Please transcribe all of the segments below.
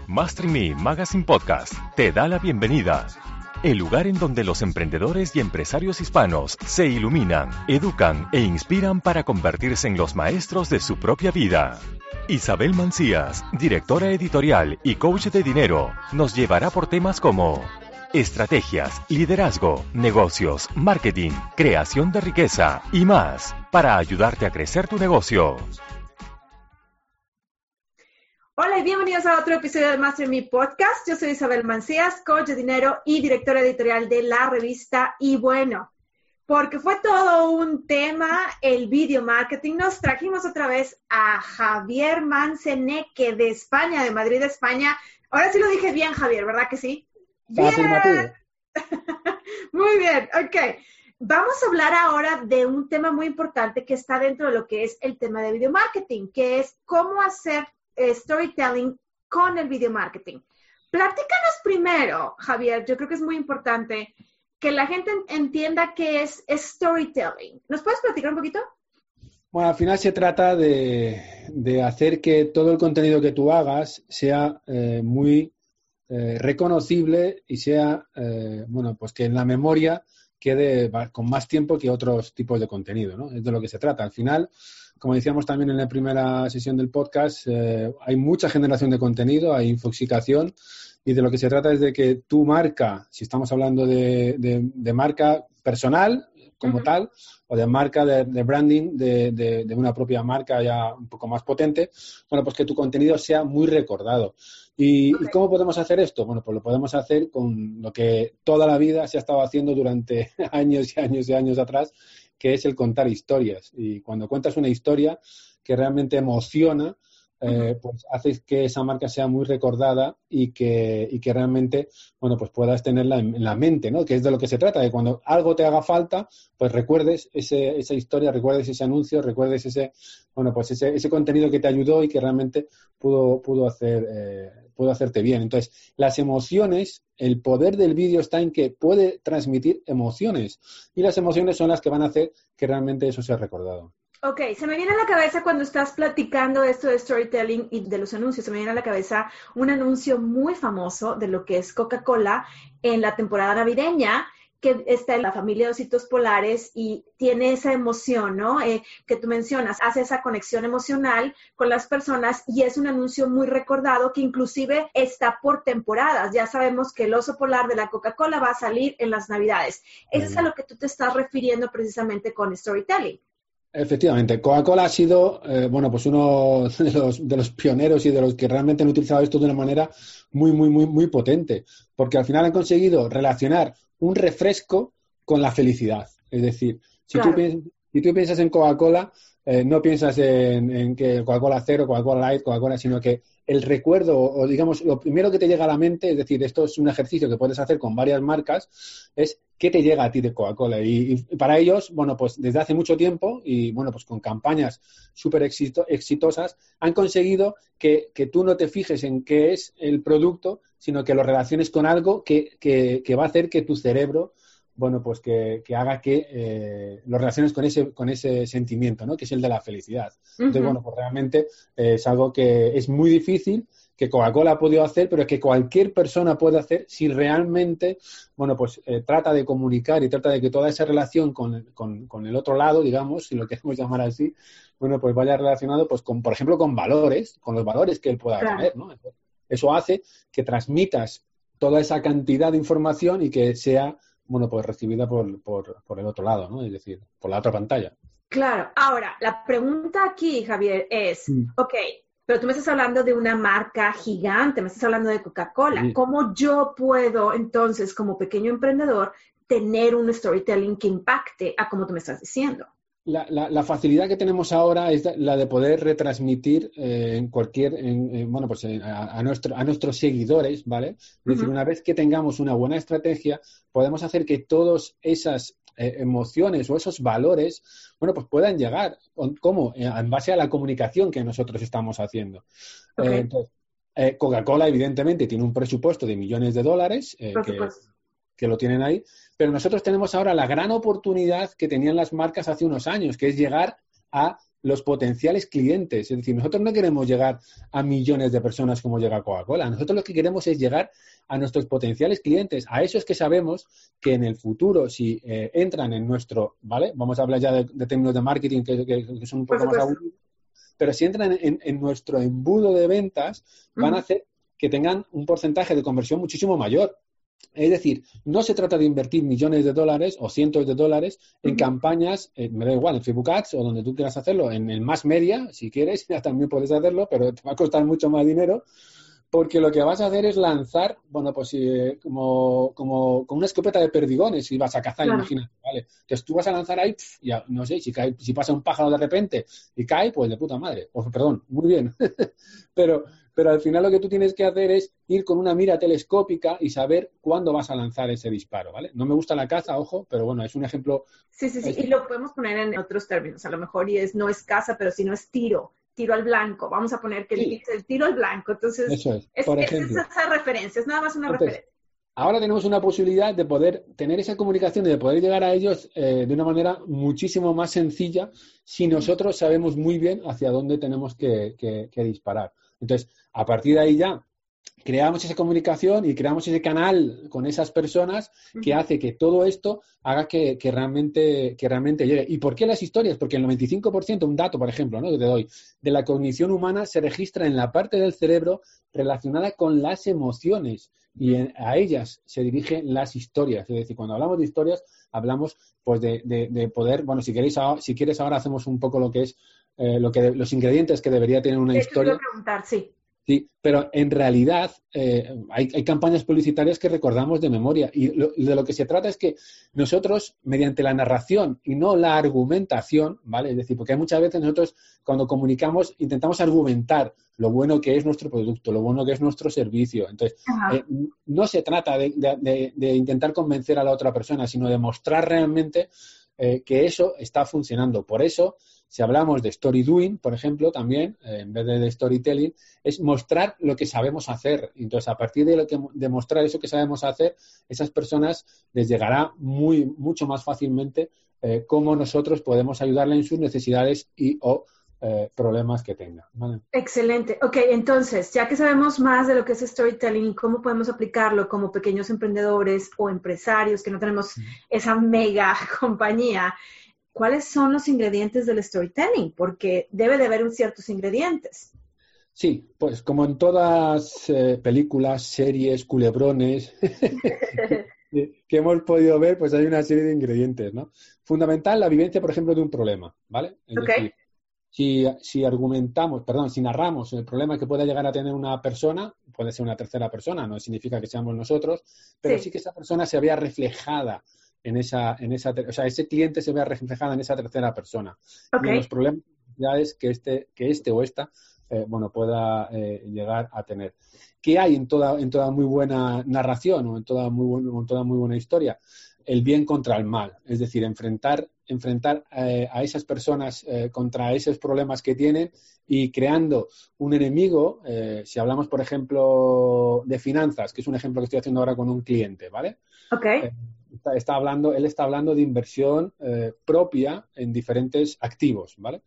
Mastering Me Magazine Podcast te da la bienvenida. El lugar en donde los emprendedores y empresarios hispanos se iluminan, educan e inspiran para convertirse en los maestros de su propia vida. Isabel Mancías, directora editorial y coach de dinero, nos llevará por temas como estrategias, liderazgo, negocios, marketing, creación de riqueza y más, para ayudarte a crecer tu negocio. Hola y bienvenidos a otro episodio de Mastering Me Podcast. Yo soy Isabel Mancías, coach de dinero y directora editorial de la revista. Y bueno, porque fue todo un tema el video marketing, nos trajimos otra vez a Javier Manceneque de España, de Madrid, España. Ahora sí lo dije bien, Javier, ¿verdad que sí? Bien. Muy bien, ok. Vamos a hablar ahora de un tema muy importante que está dentro de lo que es el tema de video marketing, que es cómo hacer storytelling con el video marketing. Platícanos primero, Javier, yo creo que es muy importante que la gente entienda qué es storytelling. ¿Nos puedes platicar un poquito? Bueno, al final se trata de hacer que todo el contenido que tú hagas sea muy reconocible y sea, pues que en la memoria quede con más tiempo que otros tipos de contenido, ¿no? Es de lo que se trata. Al final, como decíamos también en la primera sesión del podcast, hay mucha generación de contenido, hay infoxicación, y de lo que se trata es de que tu marca, si estamos hablando de marca personal como tal, o de marca de branding de una propia marca ya un poco más potente, bueno, pues que tu contenido sea muy recordado. ¿Y cómo podemos hacer esto? Bueno, pues lo podemos hacer con lo que toda la vida se ha estado haciendo durante años y años y años atrás, que es el contar historias. Y cuando cuentas una historia que realmente emociona, pues haces que esa marca sea muy recordada y que realmente, bueno, pues puedas tenerla en la mente, ¿no? Que es de lo que se trata, de cuando algo te haga falta, pues recuerdes esa historia, recuerdes ese anuncio, recuerdes ese contenido que te ayudó y que realmente pudo hacerte bien. Entonces, las emociones, el poder del vídeo está en que puede transmitir emociones, y las emociones son las que van a hacer que realmente eso sea recordado. Ok, se me viene a la cabeza cuando estás platicando esto de storytelling y de los anuncios, se me viene a la cabeza un anuncio muy famoso de lo que es Coca-Cola en la temporada navideña, que está en la familia de ositos polares y tiene esa emoción, ¿no? Que tú mencionas, hace esa conexión emocional con las personas y es un anuncio muy recordado que inclusive está por temporadas. Ya sabemos que el oso polar de la Coca-Cola va a salir en las Navidades. Eso es a lo que tú te estás refiriendo precisamente con storytelling. Efectivamente, Coca-Cola ha sido, pues uno de los pioneros y de los que realmente han utilizado esto de una manera muy, muy, muy, muy potente, porque al final han conseguido relacionar un refresco con la felicidad. Es decir, si tú piensas en Coca-Cola, no piensas en que Coca-Cola Cero, Coca-Cola Light, Coca-Cola, sino que el recuerdo, o digamos, lo primero que te llega a la mente, es decir, esto es un ejercicio que puedes hacer con varias marcas, es qué te llega a ti de Coca-Cola. Y para ellos, bueno, pues desde hace mucho tiempo, y bueno, pues con campañas súper exitosas, han conseguido que tú no te fijes en qué es el producto, sino que lo relaciones con algo que va a hacer que tu cerebro, bueno, pues que haga que lo relaciones con ese sentimiento, ¿no? Que es el de la felicidad. Entonces, bueno, pues realmente es algo que es muy difícil, que Coca-Cola ha podido hacer, pero que cualquier persona puede hacer si realmente, bueno, pues trata de comunicar y trata de que toda esa relación con el otro lado, digamos, si lo queremos llamar así, bueno, pues vaya relacionado, pues con, por ejemplo, con valores, con los valores que él pueda tener, ¿no? Eso hace que transmitas toda esa cantidad de información y que sea, bueno, pues recibida por el otro lado, ¿no? Es decir, por la otra pantalla. Claro. Ahora, la pregunta aquí, Javier, es, pero tú me estás hablando de una marca gigante, me estás hablando de Coca-Cola. Sí. ¿Cómo yo puedo, entonces, como pequeño emprendedor, tener un storytelling que impacte a como tú me estás diciendo? La facilidad que tenemos ahora es la de poder retransmitir a nuestros seguidores, ¿vale? Es decir, una vez que tengamos una buena estrategia, podemos hacer que todas esas emociones o esos valores, bueno, pues puedan llegar. ¿Cómo? En base a la comunicación que nosotros estamos haciendo. Entonces, Coca-Cola, evidentemente, tiene un presupuesto de millones de dólares que lo tienen ahí, pero nosotros tenemos ahora la gran oportunidad que tenían las marcas hace unos años, que es llegar a los potenciales clientes. Es decir, nosotros no queremos llegar a millones de personas como llega Coca-Cola. Nosotros lo que queremos es llegar a nuestros potenciales clientes, a esos que sabemos que en el futuro, si entran en nuestro, ¿vale? Vamos a hablar ya de términos de marketing que son un poco más aburridos, pero si entran en nuestro embudo de ventas, van a hacer que tengan un porcentaje de conversión muchísimo mayor. Es decir, no se trata de invertir millones de dólares o cientos de dólares en campañas, me da igual, en Facebook Ads o donde tú quieras hacerlo, en el Mass Media, si quieres, ya también puedes hacerlo, pero te va a costar mucho más dinero, porque lo que vas a hacer es lanzar, bueno, pues como con una escopeta de perdigones y vas a cazar, imagínate, ¿vale? Entonces tú vas a lanzar ahí, ya no sé, si pasa un pájaro de repente y cae, pues de puta madre, perdón, muy bien, pero al final lo que tú tienes que hacer es ir con una mira telescópica y saber cuándo vas a lanzar ese disparo, ¿vale? No me gusta la caza, ojo, pero bueno, es un ejemplo. Sí, y lo podemos poner en otros términos, a lo mejor no es caza, pero si no es tiro al blanco, vamos a poner que el tiro al blanco, entonces eso es. Por ejemplo, esa referencia, es nada más una referencia. Ahora tenemos una posibilidad de poder tener esa comunicación y de poder llegar a ellos de una manera muchísimo más sencilla si nosotros sabemos muy bien hacia dónde tenemos que disparar. Entonces, a partir de ahí ya creamos esa comunicación y creamos ese canal con esas personas que hace que todo esto haga que realmente llegue. ¿Y por qué las historias? Porque el 95%, un dato, por ejemplo, ¿no?, que te doy, de la cognición humana se registra en la parte del cerebro relacionada con las emociones y a ellas se dirigen las historias. Es decir, cuando hablamos de historias, hablamos pues de poder, bueno, si quieres ahora hacemos un poco lo que es los ingredientes que debería tener una historia. Te voy a preguntar, sí. Sí, pero en realidad hay campañas publicitarias que recordamos de memoria y de lo que se trata es que nosotros, mediante la narración y no la argumentación, ¿vale? Es decir, porque hay muchas veces nosotros cuando comunicamos intentamos argumentar lo bueno que es nuestro producto, lo bueno que es nuestro servicio. Entonces, no se trata de intentar convencer a la otra persona, sino de mostrar realmente que eso está funcionando. Por eso, si hablamos de story doing, por ejemplo, también, en vez de storytelling, es mostrar lo que sabemos hacer. Entonces, a partir de mostrar eso que sabemos hacer, esas personas les llegará mucho más fácilmente cómo nosotros podemos ayudarle en sus necesidades o problemas que tenga, ¿vale? Excelente. Ok, entonces, ya que sabemos más de lo que es storytelling y cómo podemos aplicarlo como pequeños emprendedores o empresarios que no tenemos esa mega compañía, ¿cuáles son los ingredientes del storytelling? Porque debe de haber ciertos ingredientes. Sí, pues como en todas películas, series, culebrones que hemos podido ver, pues hay una serie de ingredientes, ¿no? Fundamental la vivencia, por ejemplo, de un problema, ¿vale? Es decir, si narramos el problema que pueda llegar a tener una persona, puede ser una tercera persona, no significa que seamos nosotros, pero sí que esa persona se vea reflejada o sea, ese cliente se vea reflejada en esa tercera persona. Y en los problemas ya es que este o esta pueda llegar a tener. ¿Qué hay en toda muy buena narración o en toda muy buena historia? El bien contra el mal, es decir, enfrentar a esas personas contra esos problemas que tienen y creando un enemigo, si hablamos, por ejemplo, de finanzas, que es un ejemplo que estoy haciendo ahora con un cliente, ¿vale? Okay. Él está hablando de inversión propia en diferentes activos, ¿vale?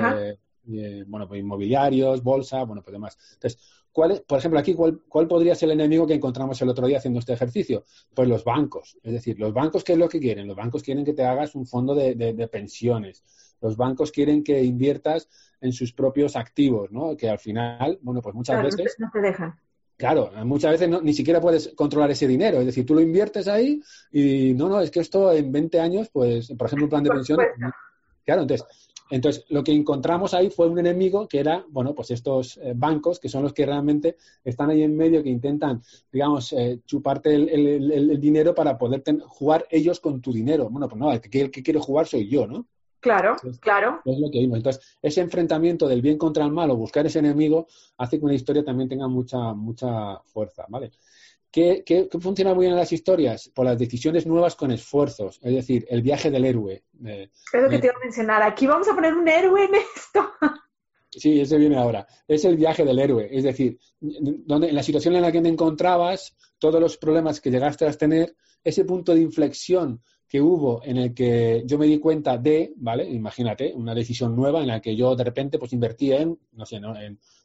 Pues inmobiliarios, bolsa, pues demás. Entonces, por ejemplo, aquí, ¿cuál podría ser el enemigo que encontramos el otro día haciendo este ejercicio? Pues los bancos. Es decir, los bancos, ¿qué es lo que quieren? Los bancos quieren que te hagas un fondo de pensiones. Los bancos quieren que inviertas en sus propios activos, ¿no? Que al final, pues muchas veces... No te dejan. Claro, muchas veces ni siquiera puedes controlar ese dinero. Es decir, tú lo inviertes ahí y es que esto en 20 años, pues, por ejemplo, un plan de pensiones... Claro, entonces, lo que encontramos ahí fue un enemigo que era, pues estos bancos que son los que realmente están ahí en medio, que intentan, digamos, chuparte el dinero para poder jugar ellos con tu dinero. Pues no, el que quiere jugar soy yo, ¿no? Claro, Entonces, claro. Es lo que vimos. Entonces, ese enfrentamiento del bien contra el mal o buscar ese enemigo hace que una historia también tenga mucha fuerza, ¿vale? ¿Qué funciona muy bien en las historias? Por las decisiones nuevas con esfuerzos, es decir, el viaje del héroe. Es lo que te iba a mencionar. Aquí vamos a poner un héroe en esto. Sí, ese viene ahora. Es el viaje del héroe, es decir, en la situación en la que te encontrabas, todos los problemas que llegaste a tener, ese punto de inflexión que hubo en el que yo me di cuenta de, ¿vale? Imagínate, una decisión nueva en la que yo de repente pues invertí en, no sé, ¿no?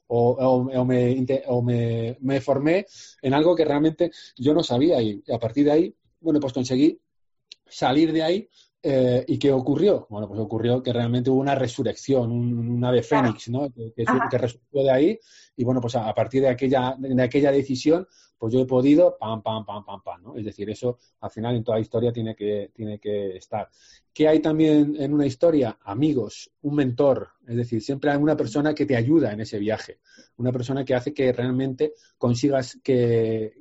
Me formé en algo que realmente yo no sabía y a partir de ahí, bueno, pues conseguí salir de ahí. ¿Y qué ocurrió? Bueno, pues ocurrió que realmente hubo una resurrección, un ave fénix, ¿no? Que resurgió de ahí y bueno, pues a partir de aquella decisión, pues yo he podido pam, ¿no? Es decir, eso al final en toda historia tiene que estar. ¿Qué hay también en una historia? Amigos, un mentor, es decir, siempre hay una persona que te ayuda en ese viaje, una persona que hace que realmente consigas que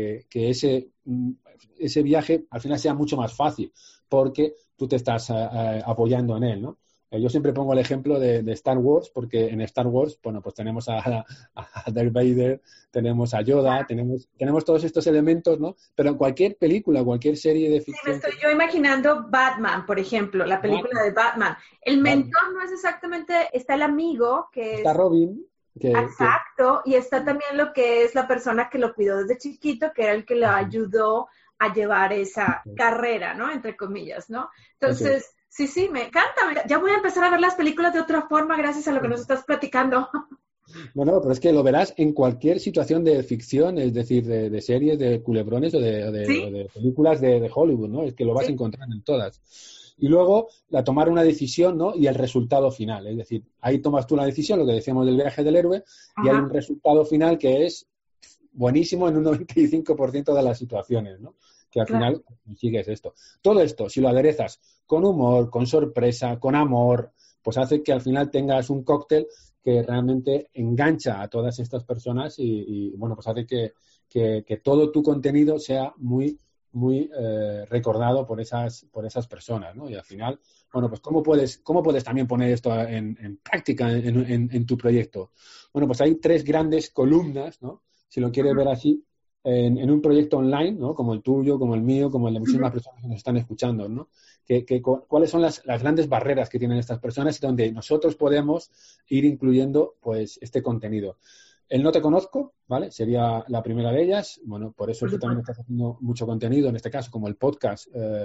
ese viaje al final sea mucho más fácil, porque tú te estás apoyando en él, ¿no? Yo siempre pongo el ejemplo de Star Wars, porque en Star Wars, bueno, pues tenemos a Darth Vader, tenemos a Yoda, tenemos todos estos elementos, ¿no? Pero en cualquier película, cualquier serie de ficción... Sí, me estoy yo imaginando Batman, por ejemplo, la película de Batman. El mentor no es exactamente, está el amigo, que está es... Robin. Exacto, y está también lo que es la persona que lo cuidó desde chiquito, que era el que lo ayudó a llevar esa carrera, ¿no? Entre comillas, ¿no? Entonces... Sí, me encanta. Ya voy a empezar a ver las películas de otra forma gracias a lo que nos estás platicando. Bueno, pero es que lo verás en cualquier situación de ficción, es decir, de series, de culebrones o de películas de Hollywood, ¿no? Es que lo vas a encontrar en todas. Y luego, tomar una decisión, ¿no? Y el resultado final. Es decir, ahí tomas tú la decisión, lo que decíamos del viaje del héroe, y hay un resultado final que es buenísimo en un 95% de las situaciones, ¿no? Que al final consigues esto. Todo esto, si lo aderezas con humor, con sorpresa, con amor, pues hace que al final tengas un cóctel que realmente engancha a todas estas personas y bueno, pues hace que todo tu contenido sea muy recordado por esas personas, ¿no? Y al final, bueno, pues ¿cómo puedes también poner esto en práctica en tu proyecto? Bueno, pues hay 3 grandes columnas, ¿no? Si lo quieres ver así, en un proyecto online, ¿no? Como el tuyo, como el mío, como el de muchísimas personas que nos están escuchando, ¿no? ¿Cuáles son las grandes barreras que tienen estas personas y donde nosotros podemos ir incluyendo, pues, este contenido? El no te conozco, ¿vale? Sería la primera de ellas. Bueno, por eso tú también estás haciendo mucho contenido, en este caso, como el podcast,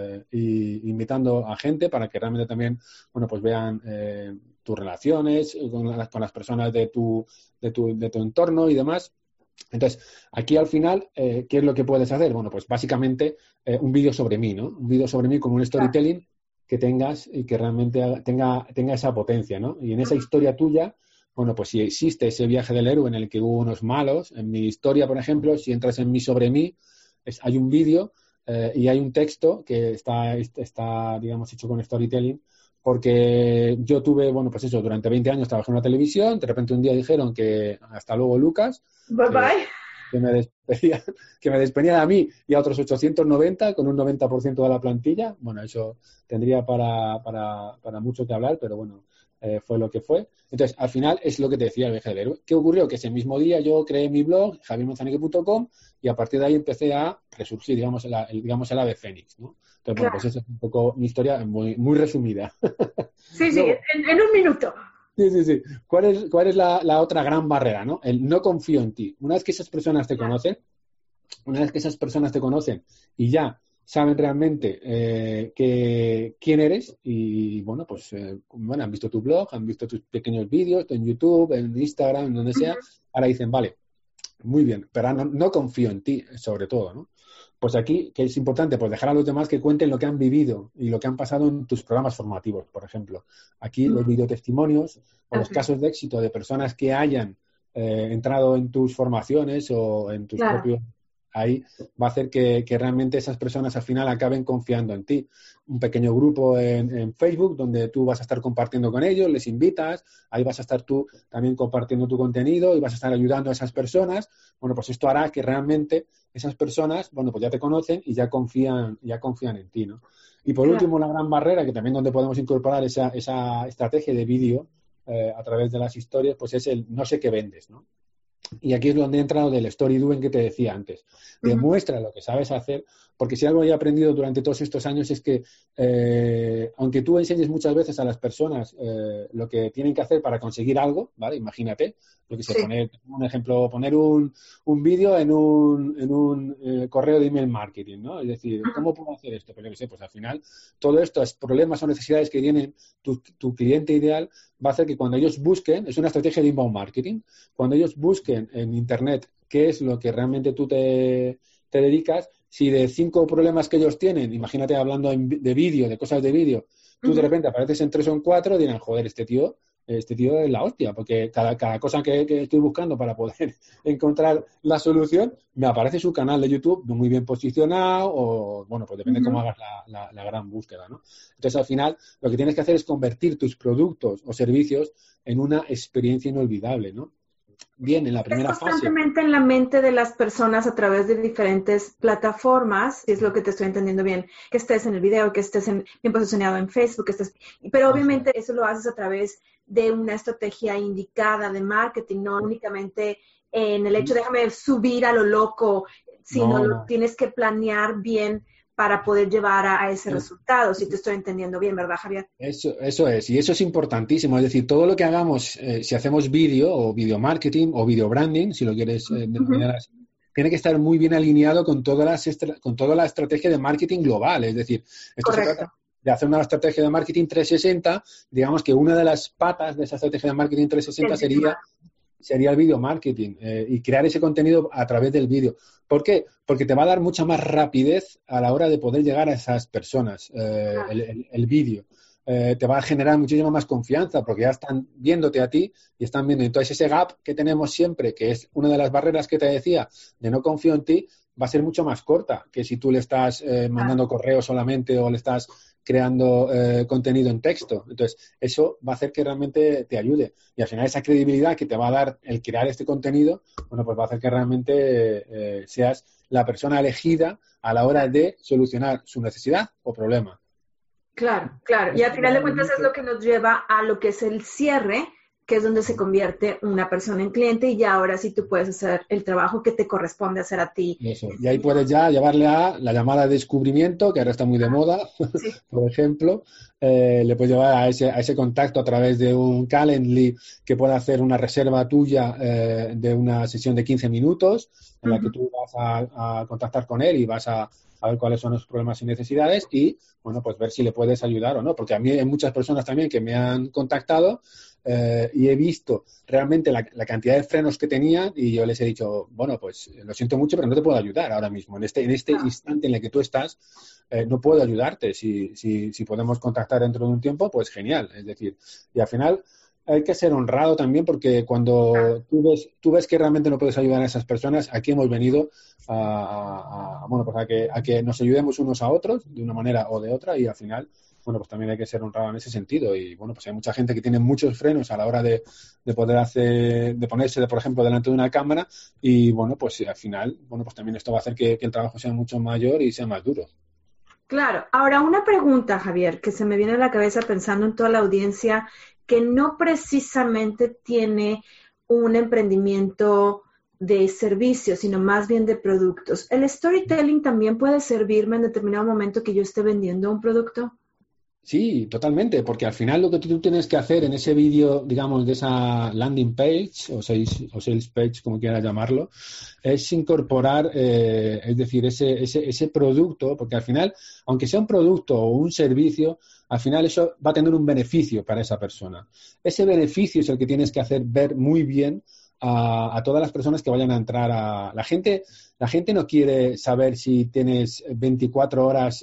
y invitando a gente para que realmente también, bueno, pues vean tus relaciones con las personas de tu entorno y demás. Entonces, aquí al final, ¿qué es lo que puedes hacer? Bueno, pues básicamente un vídeo sobre mí, ¿no? Un vídeo sobre mí con un storytelling que tengas y que realmente tenga esa potencia, ¿no? Y en esa historia tuya, bueno, pues si existe ese viaje del héroe en el que hubo unos malos, en mi historia, por ejemplo, si entras en mí sobre mí, hay un vídeo y hay un texto que está, digamos, hecho con storytelling, porque yo tuve, bueno, pues eso, durante 20 años trabajé en una televisión, de repente un día dijeron que hasta luego, Lucas. Bye bye. Que me despedían a mí y a otros 890 con un 90% de la plantilla. Bueno, eso tendría para mucho que hablar, pero bueno, fue lo que fue. Entonces, al final es lo que te decía el viaje del héroe. ¿Qué ocurrió? Que ese mismo día yo creé mi blog, javiermanzanique.com, y a partir de ahí empecé a resurgir, digamos, el ave fénix, ¿no? Entonces, bueno, pues esa es un poco mi historia muy resumida. Sí, luego, en un minuto. Sí. ¿Cuál es la otra gran barrera, ¿no? El no confío en ti. Una vez que esas personas te conocen y ya saben realmente quién eres y, bueno, pues han visto tu blog, han visto tus pequeños vídeos en YouTube, en Instagram, en donde sea, ahora dicen, vale, muy bien, pero no confío en ti, sobre todo, ¿no? Pues aquí, que es importante, pues dejar a los demás que cuenten lo que han vivido y lo que han pasado en tus programas formativos, por ejemplo. Aquí los videotestimonios o los casos de éxito de personas que hayan entrado en tus formaciones o en tus propios... Ahí va a hacer que realmente esas personas al final acaben confiando en ti. Un pequeño grupo en Facebook donde tú vas a estar compartiendo con ellos, les invitas, ahí vas a estar tú también compartiendo tu contenido y vas a estar ayudando a esas personas. Bueno, pues esto hará que realmente esas personas, bueno, pues ya te conocen y ya confían en ti, ¿no? Y por último, la gran barrera, que también donde podemos incorporar esa estrategia de vídeo a través de las historias, pues es el no sé qué vendes, ¿no? Y aquí es donde entra lo del story doing que te decía antes. Demuestra lo que sabes hacer, porque si algo he aprendido durante todos estos años es que, aunque tú enseñes muchas veces a las personas lo que tienen que hacer para conseguir algo, ¿vale? Imagínate, lo que sé, poner un ejemplo, poner un vídeo en un correo de email marketing, ¿no? Es decir, ¿cómo puedo hacer esto? Pero yo qué sé, pues al final, todo esto es problemas o necesidades que tienen tu cliente ideal, va a hacer que cuando ellos busquen, es una estrategia de inbound marketing, cuando ellos busquen en Internet qué es lo que realmente tú te dedicas, si de 5 problemas que ellos tienen, imagínate hablando de vídeo, de cosas de vídeo, tú de repente apareces en 3 o en 4, dirán, joder, este tío es la hostia, porque cada cosa que estoy buscando para poder encontrar la solución, me aparece su canal de YouTube muy bien posicionado o, bueno, pues depende cómo hagas la gran búsqueda, ¿no? Entonces, al final, lo que tienes que hacer es convertir tus productos o servicios en una experiencia inolvidable, ¿no? Bien, en la primera fase. Constantemente en la mente de las personas a través de diferentes plataformas, si es lo que te estoy entendiendo bien, que estés en el video, que estés bien posicionado en Facebook, pero obviamente eso lo haces a través de una estrategia indicada de marketing, no únicamente en el hecho de déjame subir a lo loco, sino lo tienes que planear bien para poder llevar a ese resultado, si te estoy entendiendo bien, ¿verdad, Javier? Eso es, y eso es importantísimo. Es decir, todo lo que hagamos, si hacemos vídeo o video marketing o video branding, si lo quieres denominar así, tiene que estar muy bien alineado con toda la estrategia de marketing global. Es decir, esto se trata de hacer una estrategia de marketing 360. Digamos que una de las patas de esa estrategia de marketing 360 sería el video marketing y crear ese contenido a través del vídeo. ¿Por qué? Porque te va a dar mucha más rapidez a la hora de poder llegar a esas personas, el vídeo. Te va a generar muchísima más confianza porque ya están viéndote a ti y están viendo. Entonces, ese gap que tenemos siempre, que es una de las barreras que te decía, de no confío en ti, va a ser mucho más corta que si tú le estás mandando correos solamente o le estás creando contenido en texto. Entonces, eso va a hacer que realmente te ayude. Y al final esa credibilidad que te va a dar el crear este contenido, bueno, pues va a hacer que realmente seas la persona elegida a la hora de solucionar su necesidad o problema. Claro, claro. Y al final de cuentas es lo que nos lleva a lo que es el cierre, que es donde se convierte una persona en cliente y ya ahora sí tú puedes hacer el trabajo que te corresponde hacer a ti. Eso. Y ahí puedes ya llevarle a la llamada de descubrimiento, que ahora está muy de moda, por ejemplo. Le puedes llevar a ese contacto a través de un Calendly que pueda hacer una reserva tuya de una sesión de 15 minutos en la que tú vas a contactar con él y vas a ver cuáles son los problemas y necesidades y, bueno, pues ver si le puedes ayudar o no. Porque a mí hay muchas personas también que me han contactado y he visto realmente la cantidad de frenos que tenían y yo les he dicho, bueno, pues lo siento mucho, pero no te puedo ayudar ahora mismo. En este instante en el que tú estás, no puedo ayudarte. Si podemos contactar dentro de un tiempo, pues genial. Es decir, y al final hay que ser honrado también porque cuando tú ves que realmente no puedes ayudar a esas personas, aquí hemos venido a que nos ayudemos unos a otros de una manera o de otra y al final, bueno, pues también hay que ser honrado en ese sentido y, bueno, pues hay mucha gente que tiene muchos frenos a la hora de poder de ponerse, por ejemplo, delante de una cámara y, bueno, pues al final, bueno, pues también esto va a hacer que el trabajo sea mucho mayor y sea más duro. Claro. Ahora, una pregunta, Javier, que se me viene a la cabeza pensando en toda la audiencia que no precisamente tiene un emprendimiento de servicios, sino más bien de productos. ¿El storytelling también puede servirme en determinado momento que yo esté vendiendo un producto? Sí, totalmente, porque al final lo que tú tienes que hacer en ese vídeo, digamos, de esa landing page o sales page, como quieras llamarlo, es incorporar, es decir, ese producto, porque al final, aunque sea un producto o un servicio, al final eso va a tener un beneficio para esa persona. Ese beneficio es el que tienes que hacer ver muy bien a todas las personas que vayan a entrar La gente no quiere saber si tienes 24 horas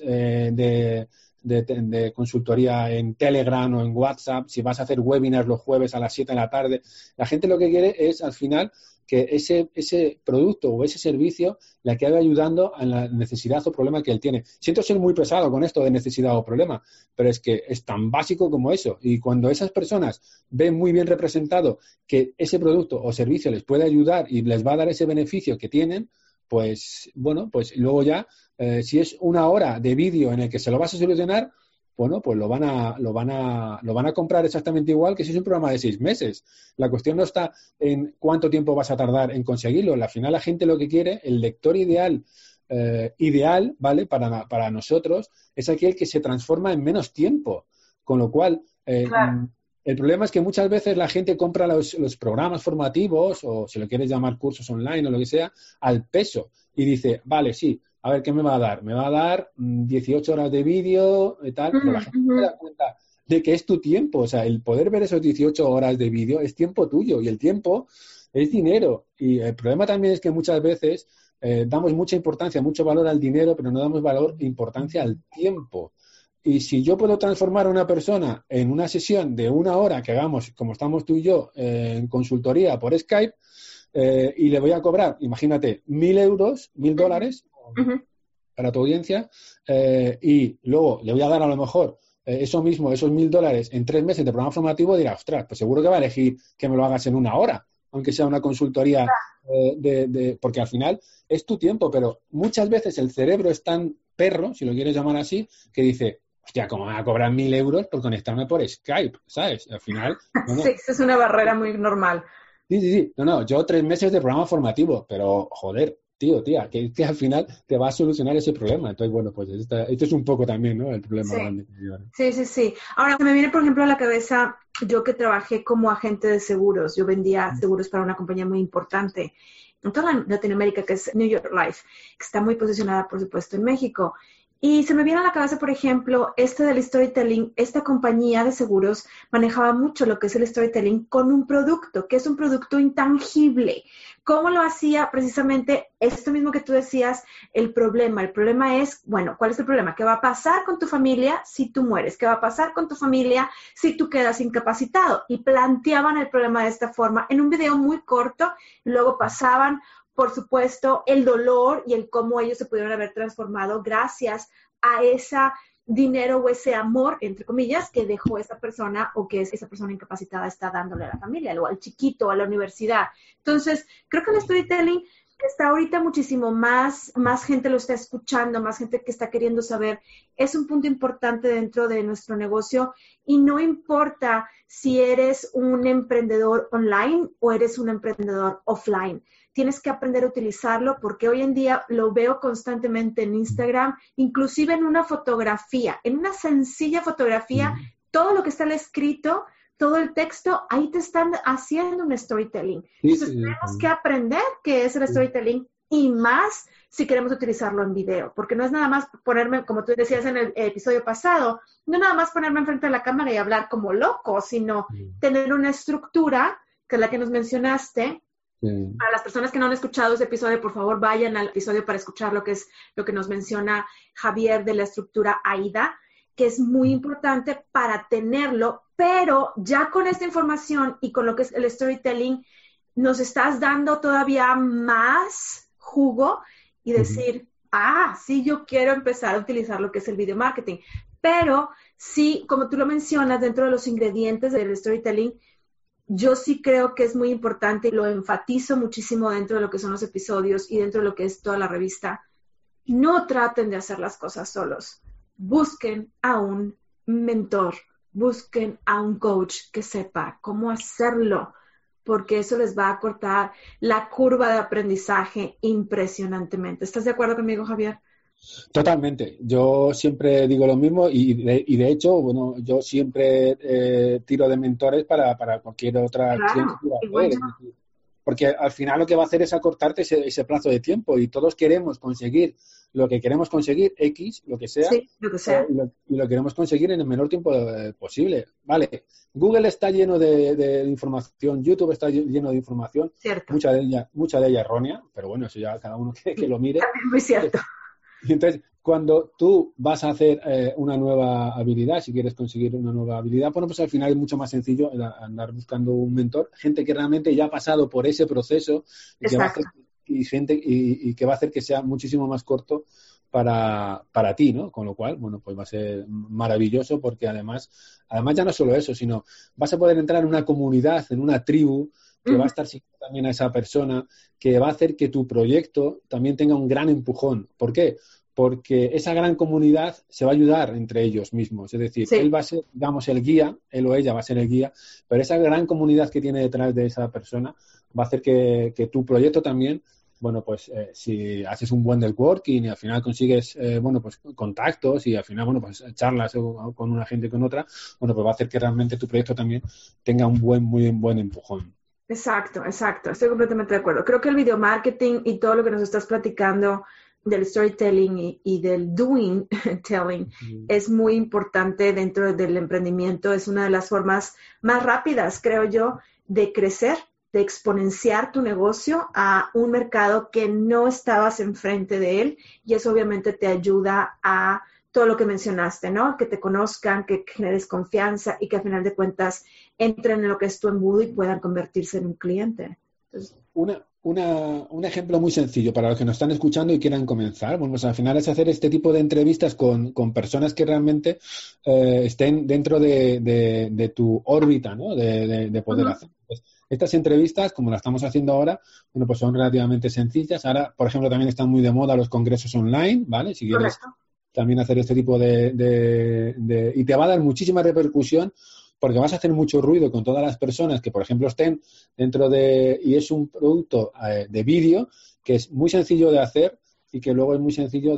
de consultoría en Telegram o en WhatsApp, si vas a hacer webinars los jueves a las 7 de la tarde. La gente lo que quiere es, al final, que ese producto o ese servicio le acabe ayudando a la necesidad o problema que él tiene. Siento ser muy pesado con esto de necesidad o problema, pero es que es tan básico como eso. Y cuando esas personas ven muy bien representado que ese producto o servicio les puede ayudar y les va a dar ese beneficio que tienen, pues, bueno, pues luego ya, si es una hora de vídeo en el que se lo vas a solucionar, bueno, pues lo van a comprar exactamente igual que si es un programa de 6 meses. La cuestión no está en cuánto tiempo vas a tardar en conseguirlo. Al final la gente lo que quiere, el lector ideal, ¿vale? Para nosotros, es aquel que se transforma en menos tiempo. Con lo cual, Claro. el problema es que muchas veces la gente compra los programas formativos, o si lo quieres llamar cursos online o lo que sea, al peso. Y dice, vale, sí, a ver, ¿qué me va a dar? Me va a dar 18 horas de vídeo y tal, pero la gente no se da cuenta de que es tu tiempo. O sea, el poder ver esos 18 horas de vídeo es tiempo tuyo y el tiempo es dinero. Y el problema también es que muchas veces damos mucha importancia, mucho valor al dinero, pero no damos valor e importancia al tiempo. Y si yo puedo transformar a una persona en una sesión de 1 hora que hagamos, como estamos tú y yo, en consultoría por Skype, y le voy a cobrar, imagínate, 1.000 euros, $1.000 para tu audiencia, y luego le voy a dar a lo mejor esos $1.000 en 3 meses de programa formativo, dirá, ostras, pues seguro que va a elegir que me lo hagas en 1 hora, aunque sea una consultoría, porque al final es tu tiempo, pero muchas veces el cerebro es tan perro, si lo quieres llamar así, que dice, hostia, ¿cómo me va a cobrar 1.000 euros por conectarme por Skype? ¿Sabes? Al final, no. Sí, esa es una barrera muy normal. Sí. No, yo 3 meses de programa formativo, pero joder, tía, que al final te va a solucionar ese problema. Entonces, bueno, pues este es un poco también, ¿no? El problema Sí. grande que hay ahora. Sí. Ahora, me viene, por ejemplo, a la cabeza, yo que trabajé como agente de seguros. Yo vendía seguros para una compañía muy importante en toda Latinoamérica, que es New York Life, que está muy posicionada, por supuesto, en México. Y se me viene a la cabeza, por ejemplo, del storytelling. Esta compañía de seguros manejaba mucho lo que es el storytelling con un producto, que es un producto intangible. ¿Cómo lo hacía? Precisamente esto mismo que tú decías, el problema. El problema es, bueno, ¿cuál es el problema? ¿Qué va a pasar con tu familia si tú mueres? ¿Qué va a pasar con tu familia si tú quedas incapacitado? Y planteaban el problema de esta forma en un video muy corto, y luego pasaban, por supuesto, el dolor y el cómo ellos se pudieron haber transformado gracias a ese dinero o ese amor, entre comillas, que dejó esa persona o que esa persona incapacitada está dándole a la familia o al chiquito, a la universidad. Entonces, creo que el storytelling está ahorita muchísimo más gente lo está escuchando, más gente que está queriendo saber. Es un punto importante dentro de nuestro negocio y no importa si eres un emprendedor online o eres un emprendedor offline. Tienes que aprender a utilizarlo porque hoy en día lo veo constantemente en Instagram, inclusive en una fotografía, en una sencilla fotografía, todo lo que está escrito, todo el texto, ahí te están haciendo un storytelling. Entonces tenemos que aprender qué es el storytelling y más si queremos utilizarlo en video, porque no es nada más ponerme, como tú decías en el episodio pasado, no nada más ponerme enfrente de la cámara y hablar como loco, sino tener una estructura, que es la que nos mencionaste. Para las personas que no han escuchado ese episodio, por favor, vayan al episodio para escuchar lo que nos menciona Javier de la estructura AIDA, que es muy importante para tenerlo, pero ya con esta información y con lo que es el storytelling, nos estás dando todavía más jugo y decir, sí, yo quiero empezar a utilizar lo que es el video marketing. Pero sí, como tú lo mencionas, dentro de los ingredientes del storytelling, yo sí creo que es muy importante y lo enfatizo muchísimo dentro de lo que son los episodios y dentro de lo que es toda la revista. No traten de hacer las cosas solos. Busquen a un mentor, busquen a un coach que sepa cómo hacerlo, porque eso les va a cortar la curva de aprendizaje impresionantemente. ¿Estás de acuerdo conmigo, Javier? Totalmente. Yo siempre digo lo mismo y de hecho, bueno, yo siempre tiro de mentores para cualquier otra acción que quiera hacer. Porque al final lo que va a hacer es acortarte ese plazo de tiempo y todos queremos conseguir lo que queremos conseguir, X, lo que sea, sí, lo que sea. Y lo queremos conseguir en el menor tiempo posible. Vale, Google está lleno de información, YouTube está lleno de información, cierto. mucha de ella errónea, pero bueno, eso ya cada uno que lo mire. También muy cierto. Y entonces, cuando tú vas a hacer una nueva habilidad, si quieres conseguir una nueva habilidad, bueno, pues al final es mucho más sencillo andar buscando un mentor, gente que realmente ya ha pasado por ese proceso y que va a hacer, y que va a hacer que sea muchísimo más corto para ti, ¿no? Con lo cual, bueno, pues va a ser maravilloso porque además ya no solo eso, sino vas a poder entrar en una comunidad, en una tribu que va a estar siguiendo también a esa persona, que va a hacer que tu proyecto también tenga un gran empujón. ¿Por qué? porque esa gran comunidad se va a ayudar entre ellos mismos. Es decir, Sí. él va a ser, digamos, el guía, él o ella va a ser el guía, pero esa gran comunidad que tiene detrás de esa persona va a hacer que tu proyecto también, bueno, pues si haces un buen networking y al final consigues, bueno, pues contactos y al final, bueno, pues charlas con una gente y con otra, bueno, pues va a hacer que realmente tu proyecto también tenga un muy buen empujón. Exacto, exacto. Estoy completamente de acuerdo. Creo que el video marketing y todo lo que nos estás platicando del storytelling y del doing telling es muy importante dentro del emprendimiento. Es una de las formas más rápidas, creo yo, de crecer, de exponenciar tu negocio a un mercado que no estabas enfrente de él, y eso obviamente te ayuda a todo lo que mencionaste, ¿no? Que te conozcan, que generes confianza y que al final de cuentas entren en lo que es tu embudo y puedan convertirse en un cliente. Entonces, un ejemplo muy sencillo para los que nos están escuchando y quieran comenzar. Bueno, pues al final es hacer este tipo de entrevistas con personas que realmente estén dentro de tu órbita, ¿no? De poder hacer. Pues, estas entrevistas, como las estamos haciendo ahora, bueno, pues son relativamente sencillas. Ahora, por ejemplo, también están muy de moda los congresos online, ¿vale? Si quieres también hacer este tipo y te va a dar muchísima repercusión porque vas a hacer mucho ruido con todas las personas que, por ejemplo, estén dentro y es un producto de vídeo que es muy sencillo de hacer y que luego es muy sencillo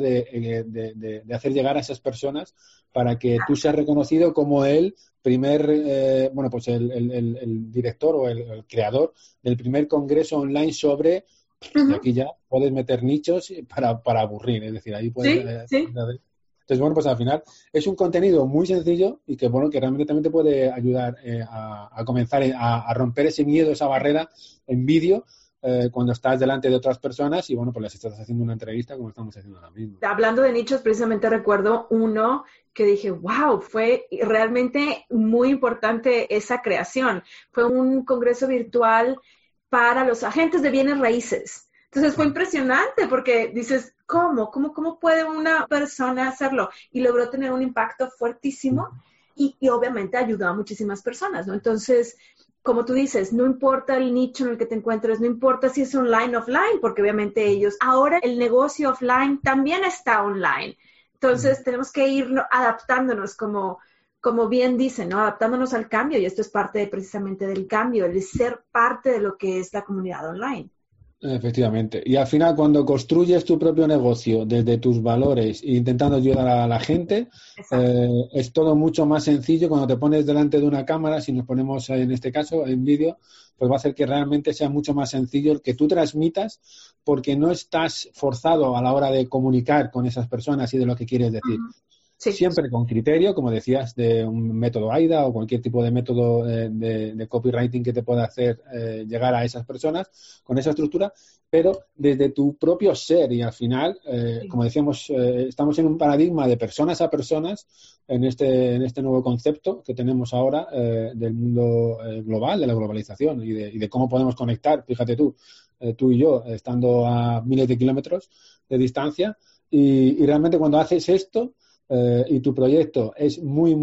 de hacer llegar a esas personas para que tú seas reconocido como el primer, bueno, pues el director o el creador del primer congreso online sobre... Y aquí ya puedes meter nichos para aburrir, es decir, ahí puedes... Sí. Entonces, bueno, pues al final es un contenido muy sencillo y que, bueno, que realmente también te puede ayudar a comenzar a romper ese miedo, esa barrera en vídeo cuando estás delante de otras personas y, bueno, pues les estás haciendo una entrevista como estamos haciendo ahora mismo. Hablando de nichos, precisamente recuerdo uno que dije, wow, fue realmente muy importante esa creación. Fue un congreso virtual para los agentes de bienes raíces. Entonces fue impresionante porque dices, ¿cómo puede una persona hacerlo? Y logró tener un impacto fuertísimo y obviamente ayudó a muchísimas personas, ¿no? Entonces, como tú dices, no importa el nicho en el que te encuentres, no importa si es online o offline, porque obviamente ahora el negocio offline también está online. Entonces tenemos que ir adaptándonos como bien dicen, ¿no? Adaptándonos al cambio, y esto es parte precisamente del cambio, el ser parte de lo que es la comunidad online. Efectivamente. Y al final, cuando construyes tu propio negocio desde tus valores e intentando ayudar a la gente, es todo mucho más sencillo. Cuando te pones delante de una cámara, si nos ponemos en este caso en vídeo, pues va a hacer que realmente sea mucho más sencillo el que tú transmitas, porque no estás forzado a la hora de comunicar con esas personas y de lo que quieres decir. Sí. Siempre con criterio, como decías, de un método AIDA o cualquier tipo de método de copywriting que te pueda hacer llegar a esas personas con esa estructura, pero desde tu propio ser y al final, como decíamos, estamos en un paradigma de personas a personas en este nuevo concepto que tenemos ahora del mundo global, de la globalización y de cómo podemos conectar, fíjate tú y yo, estando a miles de kilómetros de distancia y realmente cuando haces esto y tu proyecto es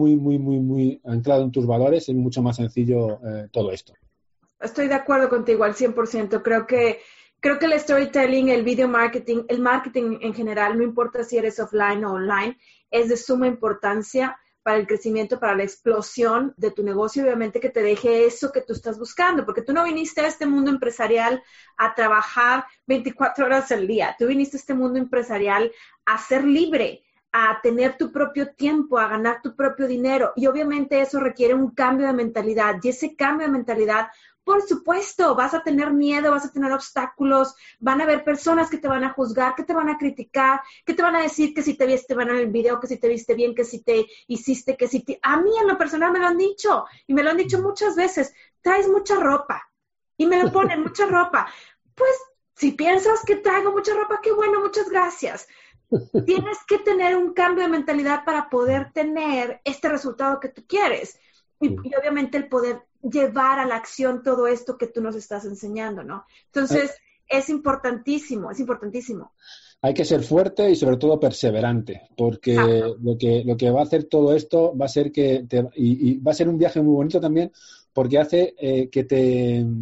muy anclado en tus valores, es mucho más sencillo todo esto. Estoy de acuerdo contigo al 100%. Creo que el storytelling, el video marketing, el marketing en general, no importa si eres offline o online, es de suma importancia para el crecimiento, para la explosión de tu negocio, obviamente que te deje eso que tú estás buscando, porque tú no viniste a este mundo empresarial a trabajar 24 horas al día, tú viniste a este mundo empresarial a ser libre, a tener tu propio tiempo, a ganar tu propio dinero. Y obviamente eso requiere un cambio de mentalidad. Y ese cambio de mentalidad, por supuesto, vas a tener miedo, vas a tener obstáculos, van a haber personas que te van a juzgar, que te van a criticar, que te van a decir que si te viste bien en el video, que si te viste bien, que si te hiciste, que si te... A mí en lo personal me lo han dicho, y me lo han dicho muchas veces, traes mucha ropa, y me lo ponen mucha ropa. Pues, si piensas que traigo mucha ropa, qué bueno, muchas gracias. Tienes que tener un cambio de mentalidad para poder tener este resultado que tú quieres. Y obviamente el poder llevar a la acción todo esto que tú nos estás enseñando, ¿no? Entonces, es importantísimo, es importantísimo. Hay que ser fuerte y sobre todo perseverante, porque lo que va a hacer todo esto va a ser y va a ser un viaje muy bonito también, porque hace que te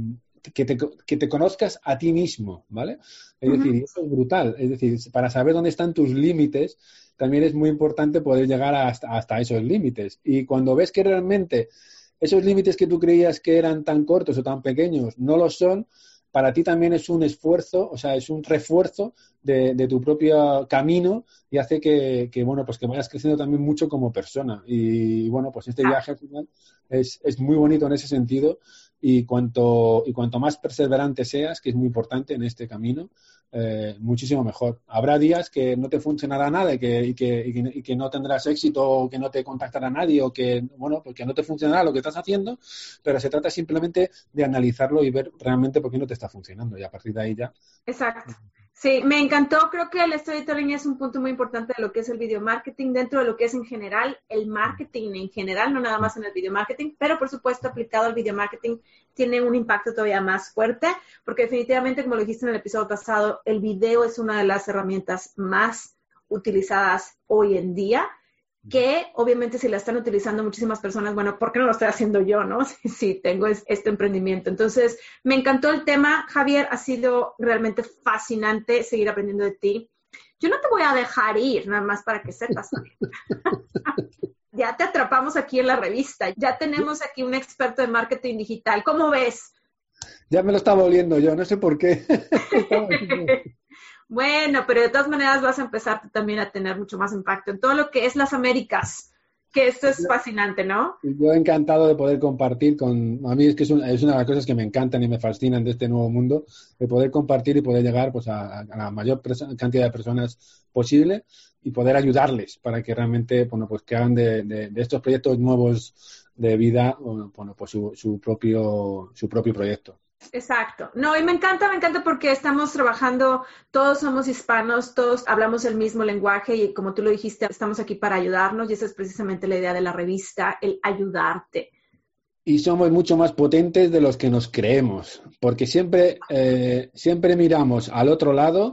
que te conozcas a ti mismo, ¿vale? Es decir, y eso es brutal. Es decir, para saber dónde están tus límites, también es muy importante poder llegar hasta esos límites. Y cuando ves que realmente esos límites que tú creías que eran tan cortos o tan pequeños no lo son, para ti también es un esfuerzo, o sea, es un refuerzo de tu propio camino y hace que bueno, pues que vayas creciendo también mucho como persona. Y bueno, pues este viaje al final es muy bonito en ese sentido y cuanto más perseverante seas, que es muy importante en este camino, muchísimo mejor. Habrá días que no te funcionará nada y que no tendrás éxito o que no te contactará nadie o que, bueno, pues que no te funcionará lo que estás haciendo, pero se trata simplemente de analizarlo y ver realmente por qué no te está funcionando y a partir de ahí ya. Exacto. Sí, me encantó. Creo que el storytelling es un punto muy importante de lo que es el video marketing, dentro de lo que es en general el marketing en general, no nada más en el video marketing, pero por supuesto aplicado al video marketing tiene un impacto todavía más fuerte, porque definitivamente, como lo dijiste en el episodio pasado, el video es una de las herramientas más utilizadas hoy en día, que obviamente si la están utilizando muchísimas personas, bueno, ¿por qué no lo estoy haciendo yo, no? Si tengo este emprendimiento. Entonces, me encantó el tema, Javier, ha sido realmente fascinante seguir aprendiendo de ti. Yo no te voy a dejar ir, nada más para que sepas. Ya te atrapamos aquí en la revista, ya tenemos aquí un experto de marketing digital. ¿Cómo ves? Ya me lo estaba oliendo yo, no sé por qué. Bueno, pero de todas maneras vas a empezar también a tener mucho más impacto en todo lo que es las Américas, que esto es fascinante, ¿no? Yo encantado de poder compartir a mí es que es una de las cosas que me encantan y me fascinan de este nuevo mundo, de poder compartir y poder llegar pues a la mayor cantidad de personas posible y poder ayudarles para que realmente, bueno, pues que hagan de estos proyectos nuevos de vida, bueno, pues su propio proyecto. Exacto. No, y me encanta porque estamos trabajando, todos somos hispanos, todos hablamos el mismo lenguaje y como tú lo dijiste, estamos aquí para ayudarnos y esa es precisamente la idea de la revista, el ayudarte. Y somos mucho más potentes de los que nos creemos, porque siempre miramos al otro lado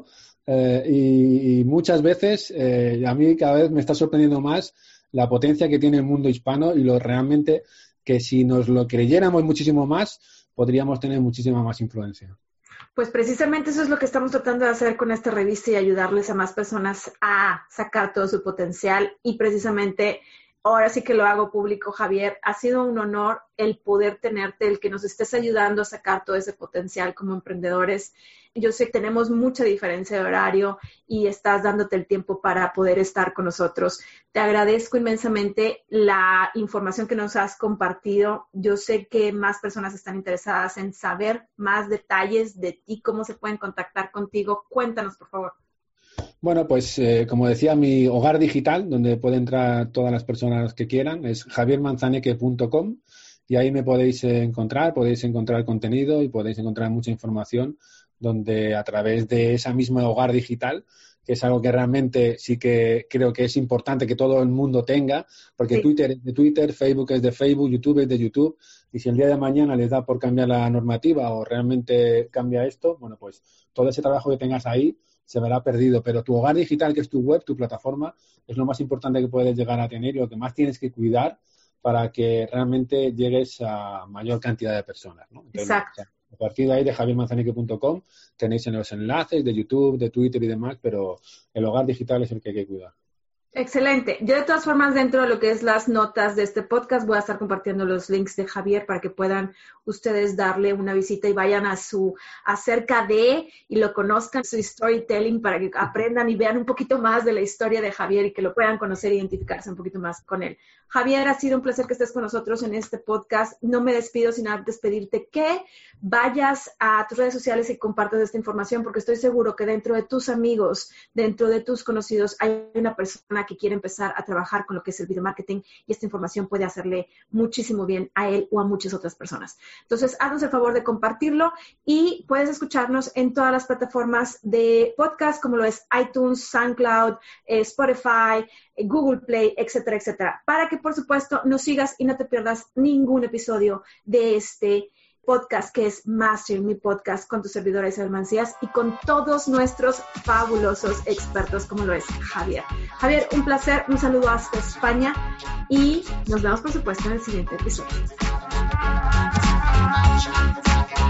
y muchas veces, a mí cada vez me está sorprendiendo más la potencia que tiene el mundo hispano y lo realmente que si nos lo creyéramos muchísimo más, podríamos tener muchísima más influencia. Pues precisamente eso es lo que estamos tratando de hacer con esta revista y ayudarles a más personas a sacar todo su potencial y precisamente ahora sí que lo hago público, Javier, ha sido un honor el poder tenerte, el que nos estés ayudando a sacar todo ese potencial como emprendedores. Yo sé que tenemos mucha diferencia de horario y estás dándote el tiempo para poder estar con nosotros. Te agradezco inmensamente la información que nos has compartido. Yo sé que más personas están interesadas en saber más detalles de ti, cómo se pueden contactar contigo. Cuéntanos, por favor. Bueno, pues como decía, mi hogar digital, donde pueden entrar todas las personas que quieran, es javiermanzaneque.com y ahí me podéis encontrar contenido y podéis encontrar mucha información donde a través de esa misma hogar digital, que es algo que realmente sí que creo que es importante que todo el mundo tenga, porque sí. Twitter es de Twitter, Facebook es de Facebook, YouTube es de YouTube, y si el día de mañana les da por cambiar la normativa o realmente cambia esto, bueno, pues todo ese trabajo que tengas ahí se verá perdido, pero tu hogar digital, que es tu web, tu plataforma, es lo más importante que puedes llegar a tener y lo que más tienes que cuidar para que realmente llegues a mayor cantidad de personas, ¿no? Entonces, exacto. A partir de ahí, de javiermanzaneque.com, tenéis en los enlaces de YouTube, de Twitter y demás, pero el hogar digital es el que hay que cuidar. Excelente. Yo de todas formas dentro de lo que es las notas de este podcast voy a estar compartiendo los links de Javier para que puedan ustedes darle una visita y vayan a su acerca de y lo conozcan su storytelling para que aprendan y vean un poquito más de la historia de Javier y que lo puedan conocer e identificarse un poquito más con él. Javier, ha sido un placer que estés con nosotros en este podcast. No me despido sin antes pedirte que vayas a tus redes sociales y compartas esta información porque estoy seguro que dentro de tus amigos, dentro de tus conocidos hay una persona que quiere empezar a trabajar con lo que es el video marketing y esta información puede hacerle muchísimo bien a él o a muchas otras personas. Entonces, haznos el favor de compartirlo y puedes escucharnos en todas las plataformas de podcast como lo es iTunes, SoundCloud, Spotify, Google Play, etcétera, etcétera, para que por supuesto nos sigas y no te pierdas ningún episodio de este podcast que es Master, mi podcast con tu servidora Isabel Mancías y con todos nuestros fabulosos expertos como lo es Javier. Javier, un placer, un saludo hasta España y nos vemos por supuesto en el siguiente episodio.